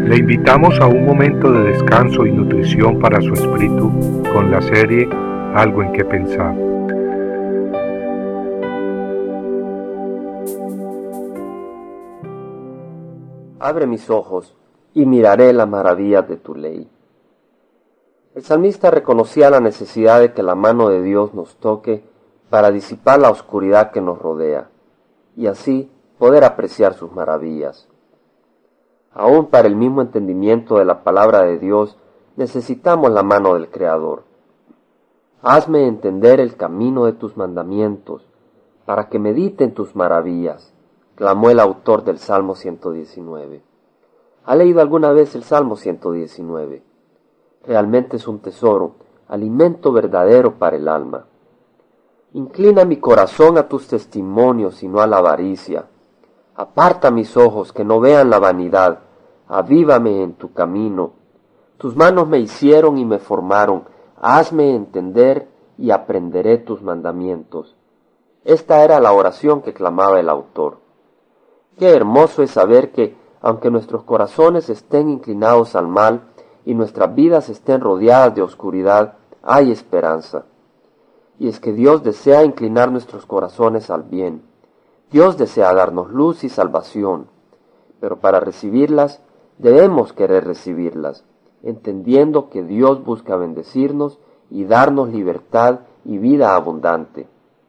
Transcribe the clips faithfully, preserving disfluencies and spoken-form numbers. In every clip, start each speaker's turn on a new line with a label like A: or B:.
A: Le invitamos a un momento de descanso y nutrición para su espíritu con la serie Algo en que pensar.
B: Abre mis ojos y miraré la maravilla de tu ley. El salmista reconocía la necesidad de que la mano de Dios nos toque para disipar la oscuridad que nos rodea y así poder apreciar sus maravillas. Aún para el mismo entendimiento de la palabra de Dios necesitamos la mano del Creador. Hazme entender el camino de tus mandamientos, para que medite en tus maravillas, clamó el autor del Salmo ciento diecinueve. ¿Ha leído alguna vez el Salmo ciento diecinueve? Realmente es un tesoro, alimento verdadero para el alma. Inclina mi corazón a tus testimonios y no a la avaricia. Aparta mis ojos que no vean la vanidad. Avívame en tu camino. Tus manos me hicieron y me formaron. Hazme entender y aprenderé tus mandamientos. Esta era la oración que clamaba el autor. Qué hermoso es saber que, aunque nuestros corazones estén inclinados al mal y nuestras vidas estén rodeadas de oscuridad, hay esperanza. Y es que Dios desea inclinar nuestros corazones al bien. Dios desea darnos luz y salvación, pero para recibirlas debemos querer recibirlas, entendiendo que Dios busca bendecirnos y darnos libertad y vida abundante.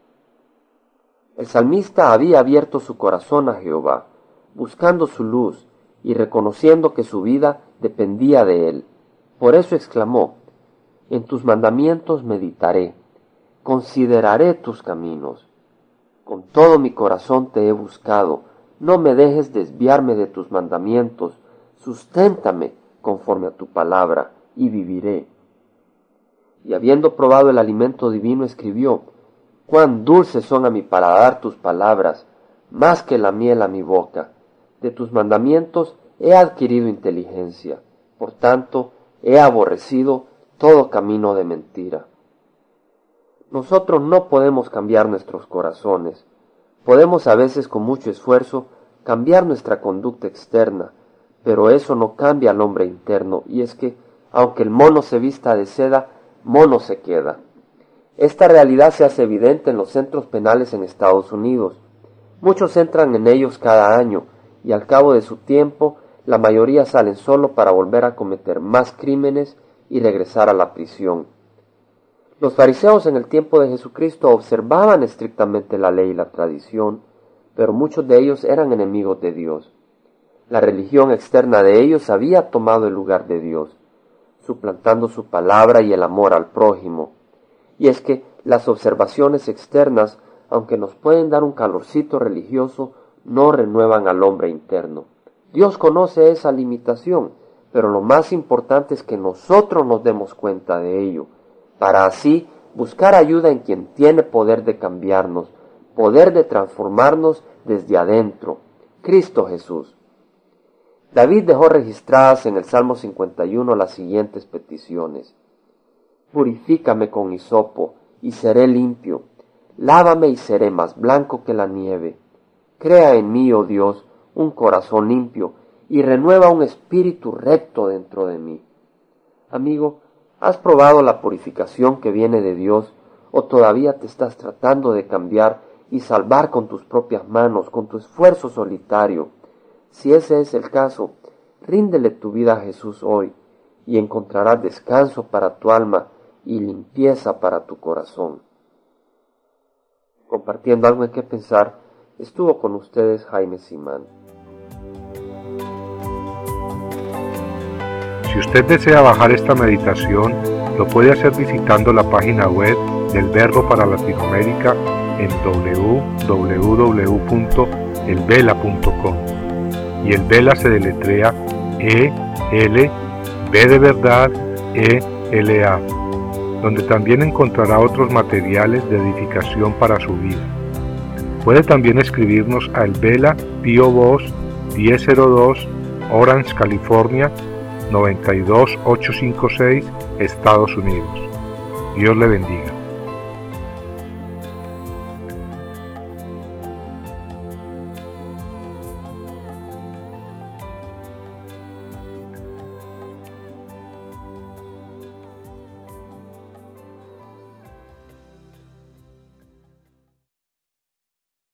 B: El salmista había abierto su corazón a Jehová, buscando su luz y reconociendo que su vida dependía de él. Por eso exclamó: en tus mandamientos meditaré, consideraré tus caminos. Con todo mi corazón te he buscado, no me dejes desviarme de tus mandamientos, susténtame conforme a tu palabra, y viviré. Y habiendo probado el alimento divino, escribió: cuán dulces son a mi paladar tus palabras, más que la miel a mi boca. De tus mandamientos he adquirido inteligencia, por tanto he aborrecido todo camino de mentira. Nosotros no podemos cambiar nuestros corazones. Podemos a veces con mucho esfuerzo cambiar nuestra conducta externa, pero eso no cambia al hombre interno, y es que, aunque el mono se vista de seda, mono se queda. Esta realidad se hace evidente en los centros penales en Estados Unidos. Muchos entran en ellos cada año, y al cabo de su tiempo, la mayoría salen solo para volver a cometer más crímenes y regresar a la prisión. Los fariseos en el tiempo de Jesucristo observaban estrictamente la ley y la tradición, pero muchos de ellos eran enemigos de Dios. La religión externa de ellos había tomado el lugar de Dios, suplantando su palabra y el amor al prójimo. Y es que las observaciones externas, aunque nos pueden dar un calorcito religioso, no renuevan al hombre interno. Dios conoce esa limitación, pero lo más importante es que nosotros nos demos cuenta de ello, para así buscar ayuda en quien tiene poder de cambiarnos, poder de transformarnos desde adentro, Cristo Jesús. David dejó registradas en el Salmo cincuenta y uno las siguientes peticiones: purifícame con hisopo y seré limpio, lávame y seré más blanco que la nieve. Crea en mí, oh Dios, un corazón limpio y renueva un espíritu recto dentro de mí. Amigo, ¿has probado la purificación que viene de Dios o todavía te estás tratando de cambiar y salvar con tus propias manos, con tu esfuerzo solitario? Si ese es el caso, ríndele tu vida a Jesús hoy y encontrarás descanso para tu alma y limpieza para tu corazón. Compartiendo algo en que pensar, estuvo con ustedes Jaime Simán.
A: Si usted desea bajar esta meditación, lo puede hacer visitando la página web del Verbo para Latinoamérica en doble u doble u doble u punto el vela punto com. Y el Vela se deletrea E L V de verdad E L A, donde también encontrará otros materiales de edificación para su vida. Puede también escribirnos a El Vela, P O Box diez cero dos, Orange, California noventa y dos mil ochocientos cincuenta y seis, Estados Unidos. Dios le bendiga.